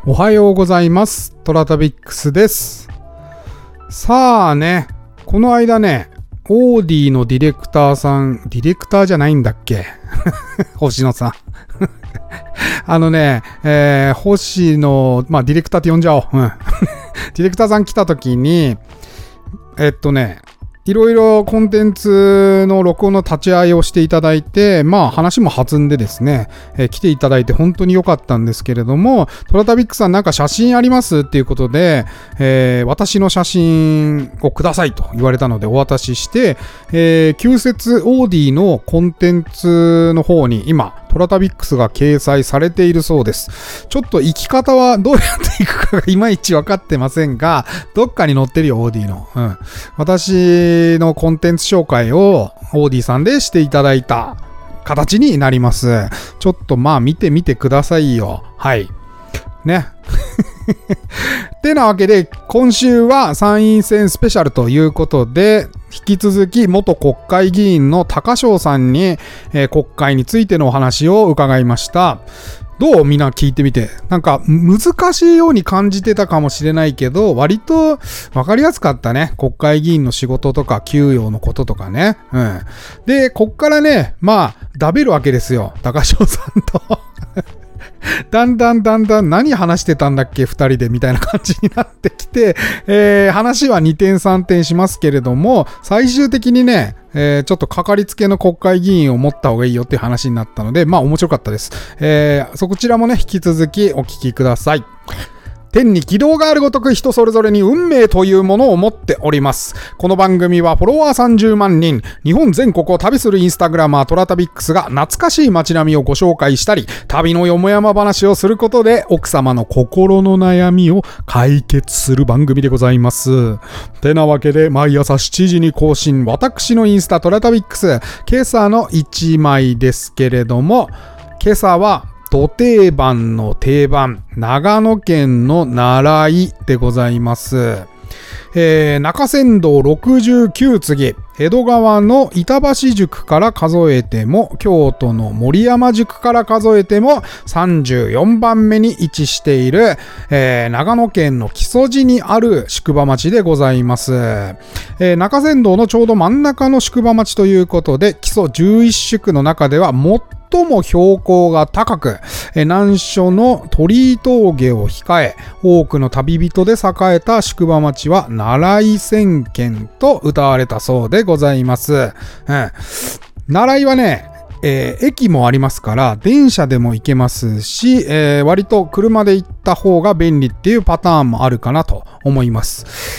おはようございます。トラタビックスです。さあね、この間ね、オーディのディレクターさん、ディレクターじゃないんだっけ星野さん。星野、ディレクターって呼んじゃおう。ディレクターさん来た時に、いろいろコンテンツの録音の立ち会いをしていただいて、話も弾んでですね、来ていただいて本当に良かったんですけれども、トラタビックさんなんか写真ありますっていうことで、私の写真をくださいと言われたのでお渡しして、旧説オーディのコンテンツの方に今、トラタビックスが掲載されているそうです。ちょっと行き方はどうやって行くかがいまいち分かってませんが、どっかに載ってるよ、オーディの。私のコンテンツ紹介をオーディさんでしていただいた形になります。ちょっと見てみてくださいよ。はい。ね。てなわけで、今週は参院選スペシャルということで、引き続き元国会議員の高翔さんに、国会についてのお話を伺いました。どうみんな聞いてみて。なんか難しいように感じてたかもしれないけど、割とわかりやすかったね。国会議員の仕事とか給与のこととかね。で、こっからね、ダベるわけですよ。高翔さんと。だんだん何話してたんだっけ二人でみたいな感じになってきて、話は2点3点しますけれども、最終的にね、ちょっとかかりつけの国会議員を持った方がいいよっていう話になったので、面白かったです。そちらもね、引き続きお聞きください。天に軌道があるごとく人それぞれに運命というものを持っております。この番組はフォロワー30万人、日本全国を旅するインスタグラマートラタビックスが懐かしい街並みをご紹介したり、旅のよもやま話をすることで奥様の心の悩みを解決する番組でございます。てなわけで毎朝7時に更新、私のインスタトラタビックス、今朝の1枚ですけれども、今朝はど定番の定番、長野県の奈良井でございます。中山道69次、江戸川の板橋宿から数えても、京都の森山宿から数えても34番目に位置している、長野県の木曽路にある宿場町でございます。中山道のちょうど真ん中の宿場町ということで、木曽11宿の中では最も標高が高く、難所の鳥居峠を控え、多くの旅人で栄えた宿場町は奈良井千軒と歌われたそうでございます。奈良井はね、駅もありますから電車でも行けますし、割と車で行った方が便利っていうパターンもあるかなと思います。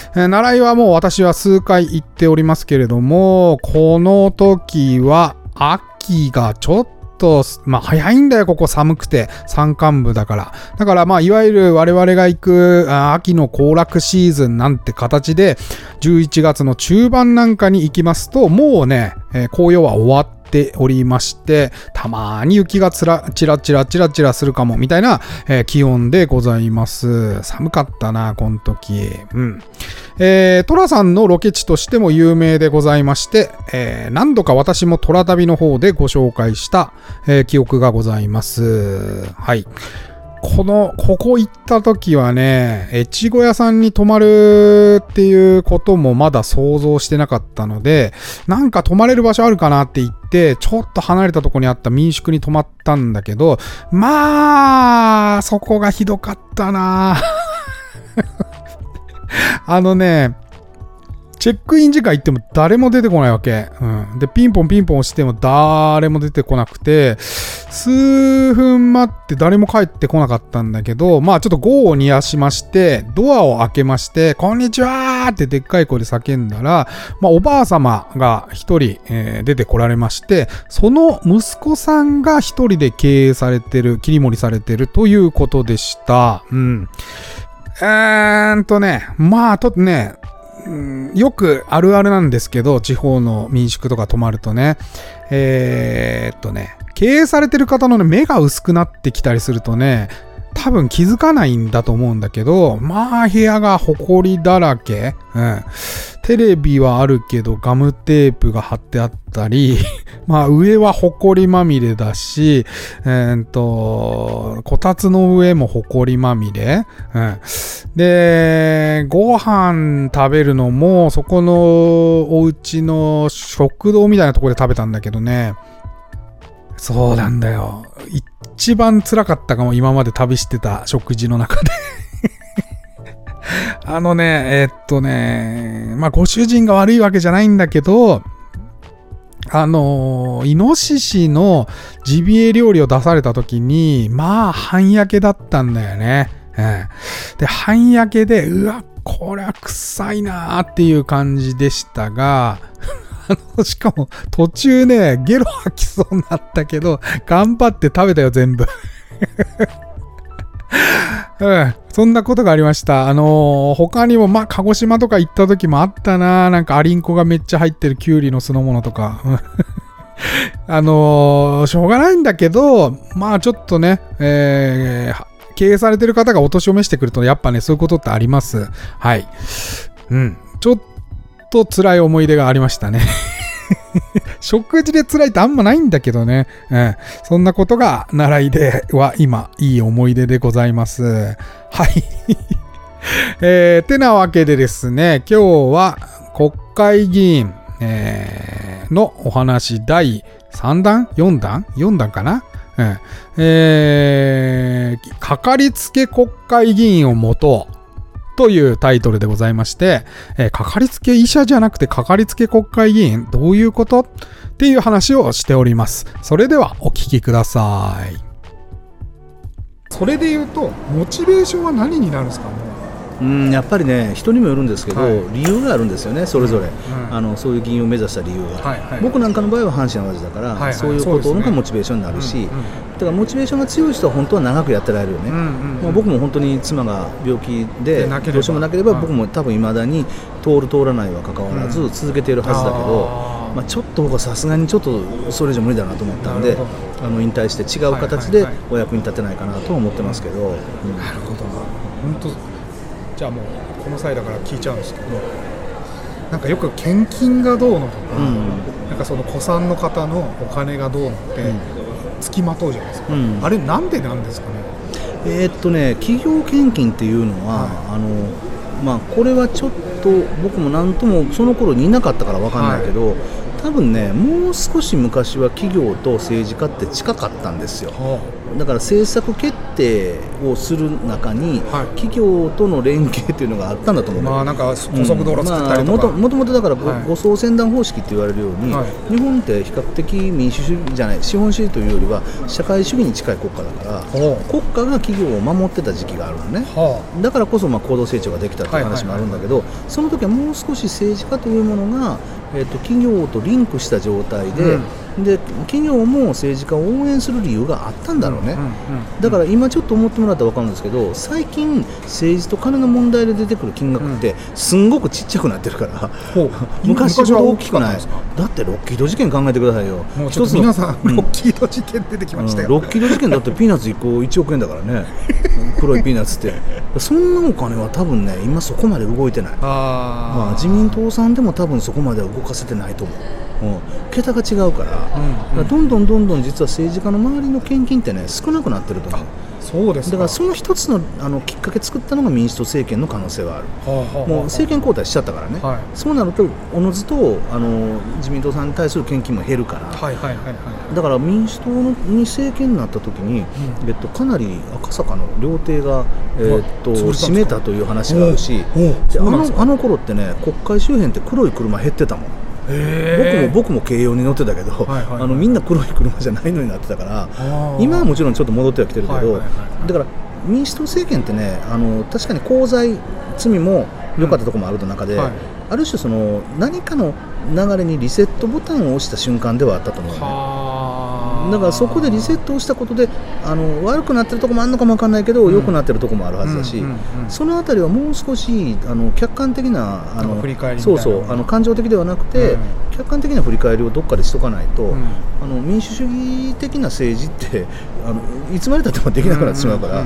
奈良井はもう私は数回行っておりますけれども、この時は秋がちょっと早いんだよ、ここ寒くて。山間部だから。だからいわゆる我々が行く秋の行楽シーズンなんて形で、11月の中盤なんかに行きますと、もうね、紅葉は終わっておりまして、たまに雪がチラチラするかも、みたいな、気温でございます。寒かったな、この時。トラさんのロケ地としても有名でございまして、何度か私もトラ旅の方でご紹介した、記憶がございます。はい。ここ行った時はね、越後屋さんに泊まるっていうこともまだ想像してなかったので、なんか泊まれる場所あるかなって言って、ちょっと離れたとこにあった民宿に泊まったんだけど、そこがひどかったなチェックイン時間行っても誰も出てこないわけ。で、ピンポン押しても誰も出てこなくて、数分待って誰も帰ってこなかったんだけど、ちょっと業を煮やしまして、ドアを開けまして、こんにちはーってでっかい声で叫んだら、おばあ様が一人、出てこられまして、その息子さんが一人で経営されてる、切り盛りされてるということでした。よくあるあるなんですけど、地方の民宿とか泊まるとね、経営されてる方のね、目が薄くなってきたりするとね、 多分気づかないんだと思うんだけど、まあ部屋が埃だらけ。テレビはあるけどガムテープが貼ってあったり、まあ上は埃まみれだし、こたつの上も埃まみれ。で、ご飯食べるのもそこのお家の食堂みたいなところで食べたんだけどね。そうなんだよ。一番辛かったかも、今まで旅してた食事の中で。まあ、ご主人が悪いわけじゃないんだけど、イノシシのジビエ料理を出された時に、まあ、半焼けだったんだよね。で、半焼けで、うわ、これは臭いなーっていう感じでしたが、しかも途中ね、ゲロ吐きそうになったけど、頑張って食べたよ、全部。そんなことがありました。他にも、まあ、鹿児島とか行った時もあったな。なんかアリンコがめっちゃ入ってるキュウリの酢の物とか。しょうがないんだけど、まあちょっとね、経営されてる方がお年を召してくると、やっぱね、そういうことってあります。はい。ちょっと辛い思い出がありましたね。食事で辛いってあんまないんだけどね。そんなことが習いでは今いい思い出でございます。はい。てなわけでですね、今日は国会議員、のお話第3弾 ?4 弾 ?4 弾かな。かかりつけ国会議員を持とうというタイトルでございまして、かかりつけ医者じゃなくてかかりつけ国会議員どういうことっていう話をしております。それではお聞きください。それで言うとモチベーションは何になるんですかね。 やっぱりね、人にもよるんですけど、理由があるんですよね、それぞれ、そういう議員を目指した理由が、僕なんかの場合は阪神・淡路だから、そういうことがモチベーションになるし、だからモチベーションが強い人は本当は長くやってられるよね。僕も本当に妻が病気でどうしてもなければ、僕も多分いまだに通る通らないは関わらず続けているはずだけど、ちょっと僕はさすがにちょっとそれ以上無理だなと思ったんで、引退して違う形でお役に立てないかなとは思ってますけど。なるほど、本当。じゃあもうこの際だから聞いちゃうんですけど、なんかよく献金がどうのとか、なんかその古参の方のお金がどうのって付きまとうじゃないですか。あれなんでなんですかね。 企業献金っていうのは、これはちょっと僕もなんともその頃にいなかったから分かんないけど、多分ね、もう少し昔は企業と政治家って近かったんですよ。だから政策決定をする中に、企業との連携というのがあったんだと思う。 なんか高速道路作ったりとか、 もともとだから護送船団方式って言われるように、日本って比較的民主主義じゃない、資本主義というよりは社会主義に近い国家だから、国家が企業を守ってた時期があるのね。だからこそ高度成長ができたという話もあるんだけど、その時はもう少し政治家というものが企業とリンクした状態で、企業も政治家を応援する理由があったんだろうね。だから今ちょっと思ってもらったら分かるんですけど、最近政治と金の問題で出てくる金額ってすんごくちっちゃくなってるから、昔ほど大きくない。だってロッキード事件考えてくださいよ。 もうちょっと皆さん、ロッキード事件出てきましたよ。 ロッキード事件だってピーナッツ1個1億円だからね。黒いピーナッツってそんなお金は多分ね、今そこまで動いてない。自民党さんでも多分そこまでは動かせてないと思う。桁が違うから、どんどん実は政治家の周りの献金ってね、少なくなってると思う。 そうですか。 だからその一つのきっかけ作ったのが民主党政権の可能性はある。もう政権交代しちゃったからね。そうなるとおのずと自民党さんに対する献金も減るから。だから民主党に政権になった時に、かなり赤坂の料亭が閉めたという話があるし、あの頃ってね、国会周辺って黒い車減ってたもん。僕も京葉に乗ってたけど、みんな黒い車じゃないのになってたから、今はもちろんちょっと戻ってはきてるけど、だから民主党政権ってね、確かに功罪罪も良かったところもある中で、ある種その何かの流れにリセットボタンを押した瞬間ではあったと思うね。 だからそこでリセットをしたことで悪くなってるところもあるのかも分かんないけど、良くなってるところもあるはずだし、そのあたりはもう少し客観的な振り返りみたいな、 そうそう感情的ではなくて、客観的な振り返りをどっかでしとかないと、民主主義的な政治っていつまでたってもできなくなってしまうから、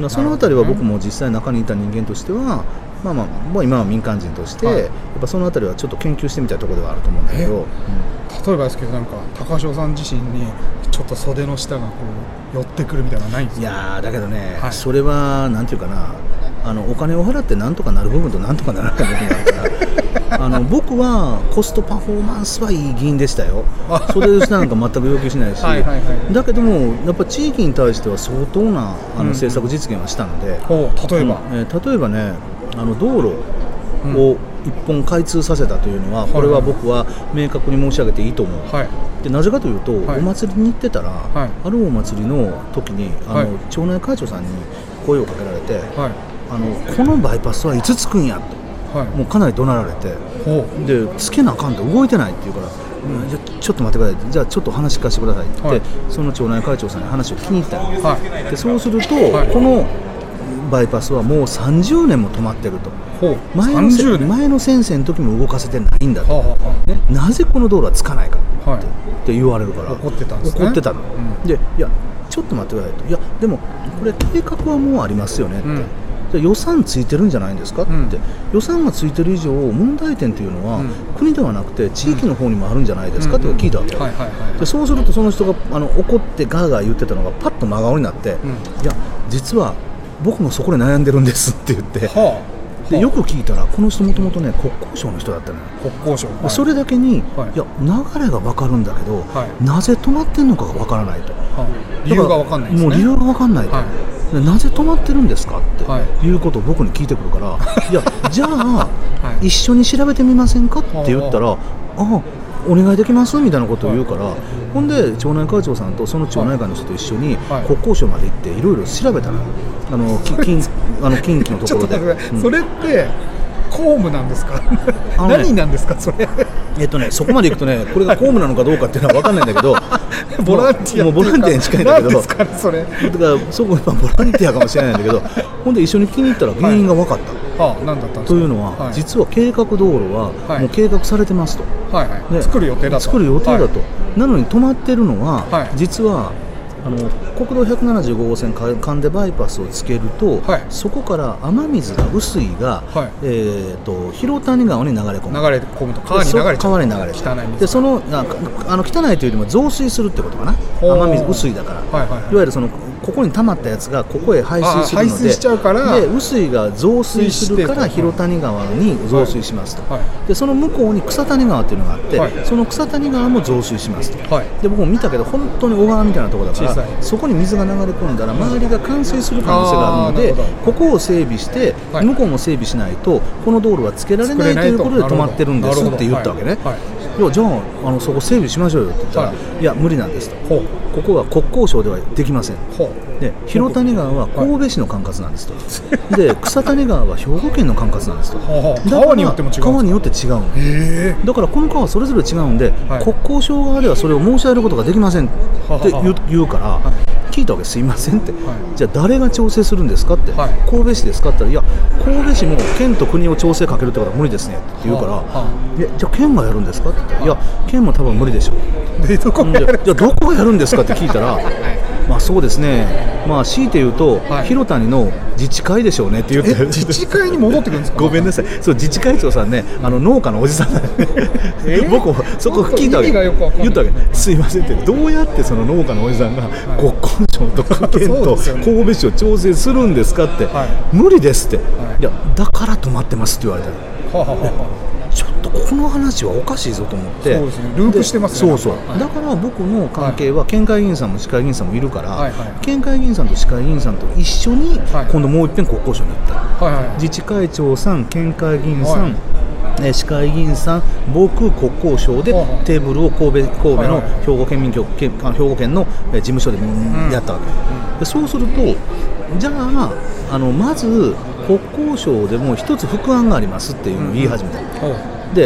そのあたりは僕も実際中にいた人間としては、もう今は民間人として、やっぱそのあたりはちょっと研究してみたいところではあると思うんだけど、 例えばですけど、なんか高橋さん自身にちょっと袖の下がこう寄ってくるみたいなのはないんですか？ いやだけどね、それはなんていうかな、お金を払ってなんとかなる部分となんとかならない部分があるから僕はコストパフォーマンスはいい議員でしたよ。それなんか全く要求しないしだけどもやっぱ地域に対しては相当な政策実現はしたので、例えばね、道路を一本開通させたというのは、これは僕は明確に申し上げていいと思う、でなぜかというと、お祭りに行ってたら、あるお祭りの時に町内会長さんに声をかけられて、このバイパスはいつつくんやと、もうかなり怒鳴られて、でつけなあかんと動いてないって言うから、じゃちょっと待ってください、じゃあちょっと話聞かせてくださいって、その町内会長さんに話を聞きに行ったんです、でそうすると、このバイパスはもう30年も止まってると、前の先生の時も動かせてないんだと、なぜこの道路はつかないかって言われるから怒ってたんですね。 怒ってたの、でいやちょっと待ってくださいと、いやでもこれ計画はもうありますよねって、じゃ予算ついてるんじゃないんですかって、予算がついてる以上問題点というのは、国ではなくて地域の方にもあるんじゃないですかって聞いたわけよ、でそうするとその人が怒ってガーガー言ってたのがパッと真顔になって、いや実は僕もそこで悩んでるんですって言って、でよく聞いたらこの人もともとね国交省の人だったのよ。 国交省、 それだけに、いや流れが分かるんだけど、なぜ止まってんのかが分からないと、 理由が分かんないですね。 もう理由が分かんないと、でなぜ止まってるんですかっていうことを僕に聞いてくるから、いやじゃあ、一緒に調べてみませんかって言ったら、お願いできますみたいなことを言うから、ほんで町内会長さんとその町内会の人と一緒に国交省まで行っていろいろ調べたの、近畿のところでそれって公務なんですか？何なんですかそれ？ そこまで行くとね、これが公務なのかどうかっていうのは分かんないんだけどボランティアもうボランティアに近いんだけど、 何ですかねそれ？ だからそこはボランティアかもしれないんだけどほんで一緒に聞きに行ったら原因が分かった、 何だったんですか？ というのは、実は計画道路はもう計画されてますと、 作る予定だと、 なのに止まってるのは、実は国道175号線神出バイパスをつけると、そこから雨水が雨水が、広谷川に流れ込むと川に流れちゃう、 汚い水で、その汚いというよりも増水するってことかな、雨水雨水だから、いわゆるここに溜まったやつがここへ排水するので、 排水しちゃうからで雨水が増水するから広谷川に増水しますと、でその向こうに草谷川っていうのがあって、その草谷川も増水しますと、で僕も見たけど本当に小川みたいなところだから、そこに水が流れ込んだら周りが冠水する可能性があるので、ここを整備して、向こうも整備しないとこの道路はつけられないということで止まってるんですって言ったわけね。いやじゃあ、そこ整備しましょうよって言ったら、いや無理なんですと、ここは国交省ではできません、で広谷川は神戸市の管轄なんですと、で草谷川は兵庫県の管轄なんですと、 川によっても違う、 川によって違うの、だからこの川はそれぞれ違うんで、国交省側ではそれを申し上げることができませんって言うから、聞いたわけ、すいませんって、じゃあ誰が調整するんですかって、神戸市ですかって言ったら、いや神戸市も県と国を調整かけるってことは無理ですねって言うから、じゃあ県がやるんですかって言ったら、いや県も多分無理でしょう、 どこがやるんですか？ じゃあどこがやるんですかって聞いたらそうですね、強いて言うと、広谷の自治会でしょうねって言って、 自治会に戻ってくるんですか？ ごめんなさい、そう自治会長さんね、農家のおじさんなんで、僕もそこ聞いたわけ、言ったわけ、すいませんって、どうやってその農家のおじさんが国交省とか県と神戸市を調整するんですかって、無理ですって、いやだから止まってますって言われたちょっとこの話はおかしいぞと思って、 そうですね、ループしてますね。 だから僕の関係は県会議員さんも市会議員さんもいるから、県会議員さんと市会議員さんと一緒に今度もう一遍国交省に行った、自治会長さん、県会議員さん、市会議員さん、僕、国交省でテーブルを神戸の兵庫県の事務所でやったわけ、でそうすると、じゃあ、まず国交省でも一つ副案がありますっていうのを言い始めた、で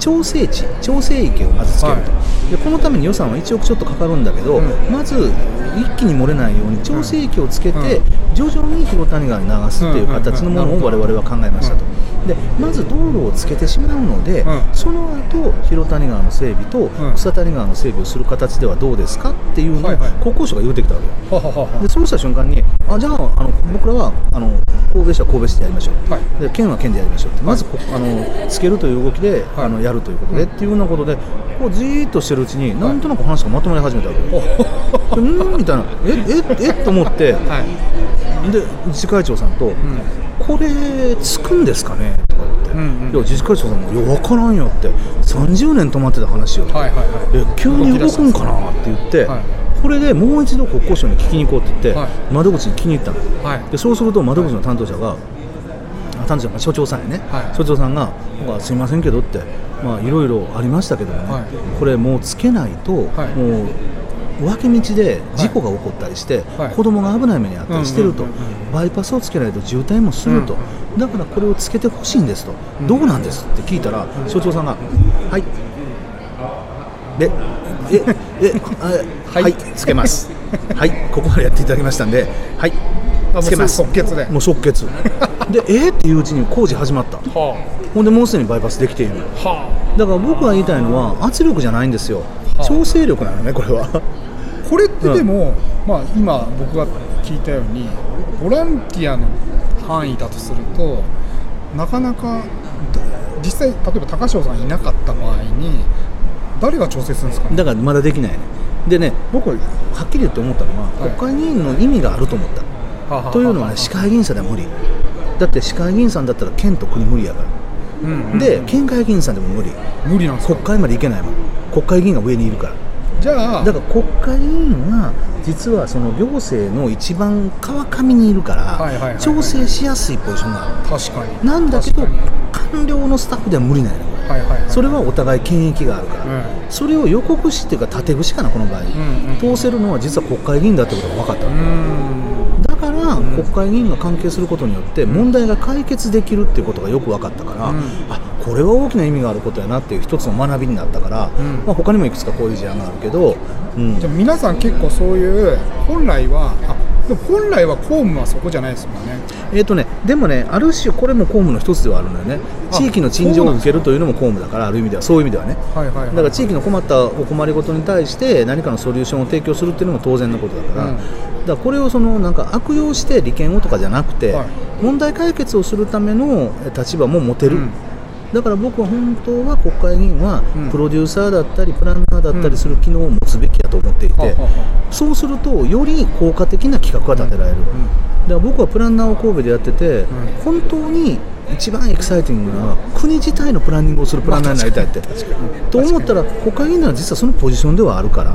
調整池をまずつけると、でこのために予算は1億ちょっとかかるんだけど、まず一気に漏れないように調整池をつけて、徐々に広谷川に流すという形のものを我々は考えましたと。でまず道路をつけてしまうので、その後広谷川の整備と草谷川の整備をする形ではどうですかっていうのを国交省が言うてきたわけよ。でそうした瞬間にじゃあ、僕らは神戸市は神戸市でやりましょう、で県は県でやりましょうって、まずつけるという動きでやるということで、っていうようなことでこうじーっとしてるうちになんとなく話がまとまり始めたわけよ。みたいなと思って、で自治会長さんと、これつくんですかねとか言って、自治会長さんもいや分からんよって30年止まってた話よ、急に動くんかなって言って、これでもう一度国交省に聞きに行こうって言って、窓口に聞きに行ったの、でそうすると窓口の担当者が、所長さんやね、所長さんがすいませんけどって、いろいろありましたけどね、これもうつけないと、もう脇道で事故が起こったりして、子供が危ない目に遭ったりしてると、バイパスをつけないと渋滞もすると、だからこれをつけてほしいんですと、どうなんですって聞いたら、所長さんがはいではいつけますはいここまでやっていただきましたんで、はいつけます。 即決で、 もう即決でっていううちに工事始まった、ほんでもうすでにバイパスできている、だから僕が言いたいのは圧力じゃないんですよ、調整力なのねこれは。 これってでも、今僕が聞いたようにボランティアの範囲だとすると、なかなか実際例えば高潮さんいなかった場合に誰が調整するんですかね。 だからまだできないね。でね、僕はっきり言って思ったのは、国会議員の意味があると思った、というのはね、市会議員さんでは無理だって、市会議員さんだったら県と国無理やから、で県会議員さんでも無理なんですか。国会まで行けないもん、国会議員が上にいるから。 じゃあだから国会議員は実はその行政の一番川上にいるから、調整しやすいポジションがある。 確かに。 なんだけど官僚のスタッフでは無理なんやね、それはお互い権益があるから、それを予告しっていうか縦串かな、この場合、通せるのは実は国会議員だってことが分かったわけだから、国会議員が関係することによって問題が解決できるっていうことがよく分かったから、これは大きな意味があることやなっていう一つの学びになったから、他にもいくつかこういう事案があるけど、 じゃあ皆さん結構そういう本来は公務はそこじゃないですもんね。 でもね、ある種これも公務の一つではあるのよね。地域の陳情を受けるというのも公務だから、ある意味では、そういう意味ではね、だから地域の困ったお困りごとに対して何かのソリューションを提供するっていうのも当然のことだから、だからこれをなんか悪用して利権をとかじゃなくて、問題解決をするための立場も持てる、だから僕は本当は国会議員はプロデューサーだったりプランナーだったりする機能を持つべきだと思っていて、そうするとより効果的な企画が立てられる。だから僕はプランナーを神戸でやってて、本当に一番エキサイティングなのは国自体のプランニングをするプランナーになりたいって、と思ったら国会議員なら実はそのポジションではあるから、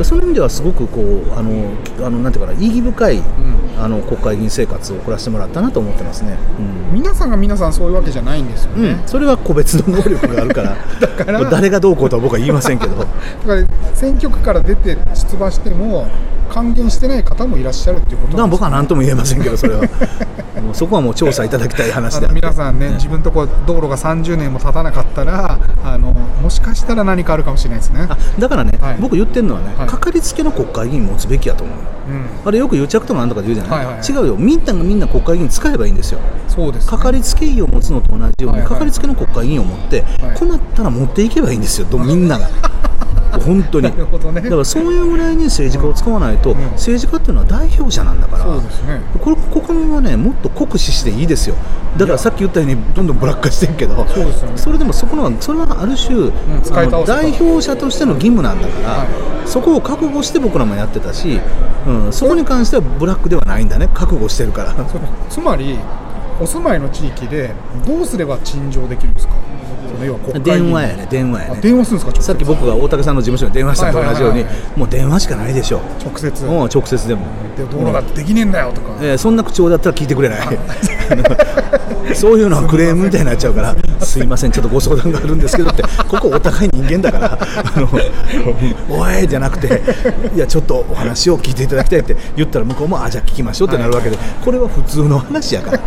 そういう意味ではすごくこうなんていうかな、意義深い国会議員生活を送らせてもらったなと思ってますね。 皆さんそういうわけじゃないんですよね。 それは個別の能力があるからだから誰がどうこうとは僕は言いませんけどだから選挙区から出て出馬しても還元してない方もいらっしゃるっていうことなんですか、ね、 僕は何とも言えませんけど、それはもうそこはもう調査いただきたい話で皆さんね、自分のところ道路が30年も経たなかったらもしかしたら何かあるかもしれないですね。 だからね、僕言ってるのはね、かかりつけの国会議員持つべきやと思う、あれよく癒着とかなんとかで言うじゃない、違うよ、みんな国会議員使えばいいんですよ。 そうです、ね、 かかりつけ医を持つのと同じように、かかりつけの国会議員を持って、困ったら持っていけばいいんですよ、みんなが本当になるほどね、 だからそういうぐらいに政治家を使わないと、政治家っていうのは代表者なんだから、 そうですね、 国民はね、もっと酷使していいですよ。だからさっき言ったようにどんどんブラック化してるけど、 そうですよね、 それでもそれはある種、代表者としての義務なんだから、そこを覚悟して僕らもやってたし、そこに関してはブラックではないんだね、覚悟してるからつまりお住まいの地域でどうすれば陳情できるんですか。 電話やね、電話やね。 電話するんですか。 さっき僕が大竹さんの事務所に電話したのと同じように、もう電話しかないでしょ、 直接。 直接でも道路ができねえんだよとか、 そんな口調だったら聞いてくれないそういうのはクレームみたいになっちゃうからすいません、ちょっとご相談があるんですけどって、ここお互い人間だからおいじゃなくて、いやちょっとお話を聞いていただきたいって言ったら、向こうもじゃあ聞きましょうってなるわけで、これは普通の話やから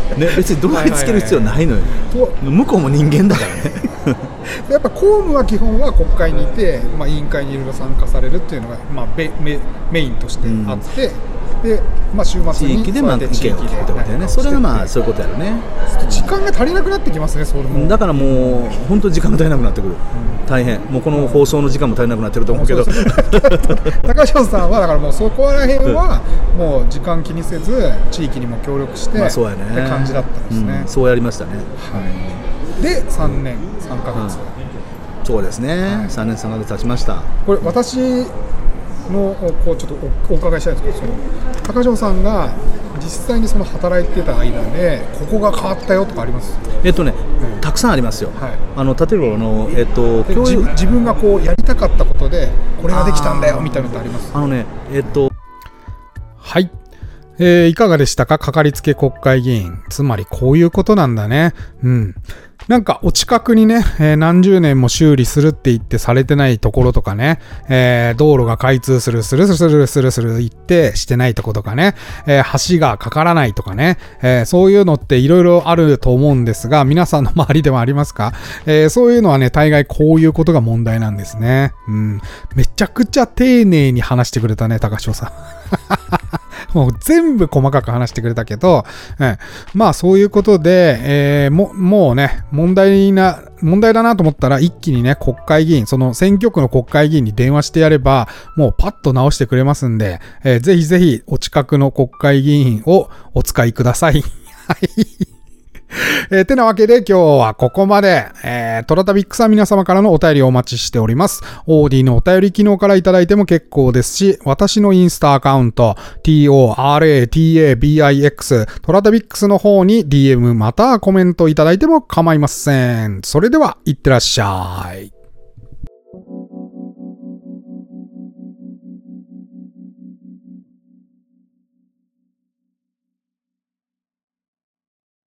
ね、別に怒鳴りつける必要ないのよ。向こうも人間だからね。 やっぱ公務は基本は国会にいて、まあ、委員会にいろいろ参加されるっていうのが、まあ、メインとしてあって、で、まあ、週末に地域で意見を聞くってことだよね。それがまあそういうことやろね。 時間が足りなくなってきますね、それも。 だからもう本当に時間が足りなくなってくる、大変。もうこの放送の時間も足りなくなってると思うけど、 高橋さんはだからもうそこら辺はもう時間気にせず地域にも協力してって感じだったんですね。 そうやりましたね。 で3年3ヶ月、 そうですね、3年3ヶ月経ちました。 これ私のこうちょっと お伺いしたいんですけど、その高城さんが実際にその働いてた間でここが変わったよとかあります？ たくさんありますよ。例えば自分がこうやりたかったことでこれができたんだよみたいなのってあります？はい、いかがでしたか？かかりつけ国会議員、つまりこういうことなんだね。なんかお近くにね、何十年も修理するって言ってされてないところとかね、道路が開通する言ってしてないところとかね、橋がかからないとかね、そういうのっていろいろあると思うんですが、皆さんの周りでもありますか？そういうのはね、大概こういうことが問題なんですね。めちゃくちゃ丁寧に話してくれたね、高橋さん。もう全部細かく話してくれたけど、まあそういうことで、もうね、問題だなと思ったら一気にね、国会議員、その選挙区の国会議員に電話してやれば、もうパッと直してくれますんで、ぜひぜひお近くの国会議員をお使いください。はい。てなわけで今日はここまで、トラタビックさん皆様からのお便りをお待ちしております。オーディのお便り機能からいただいても結構ですし、私のインスタアカウント、TORATABIX、トラタビックスの方に DM またはコメントいただいても構いません。それでは、いってらっしゃい。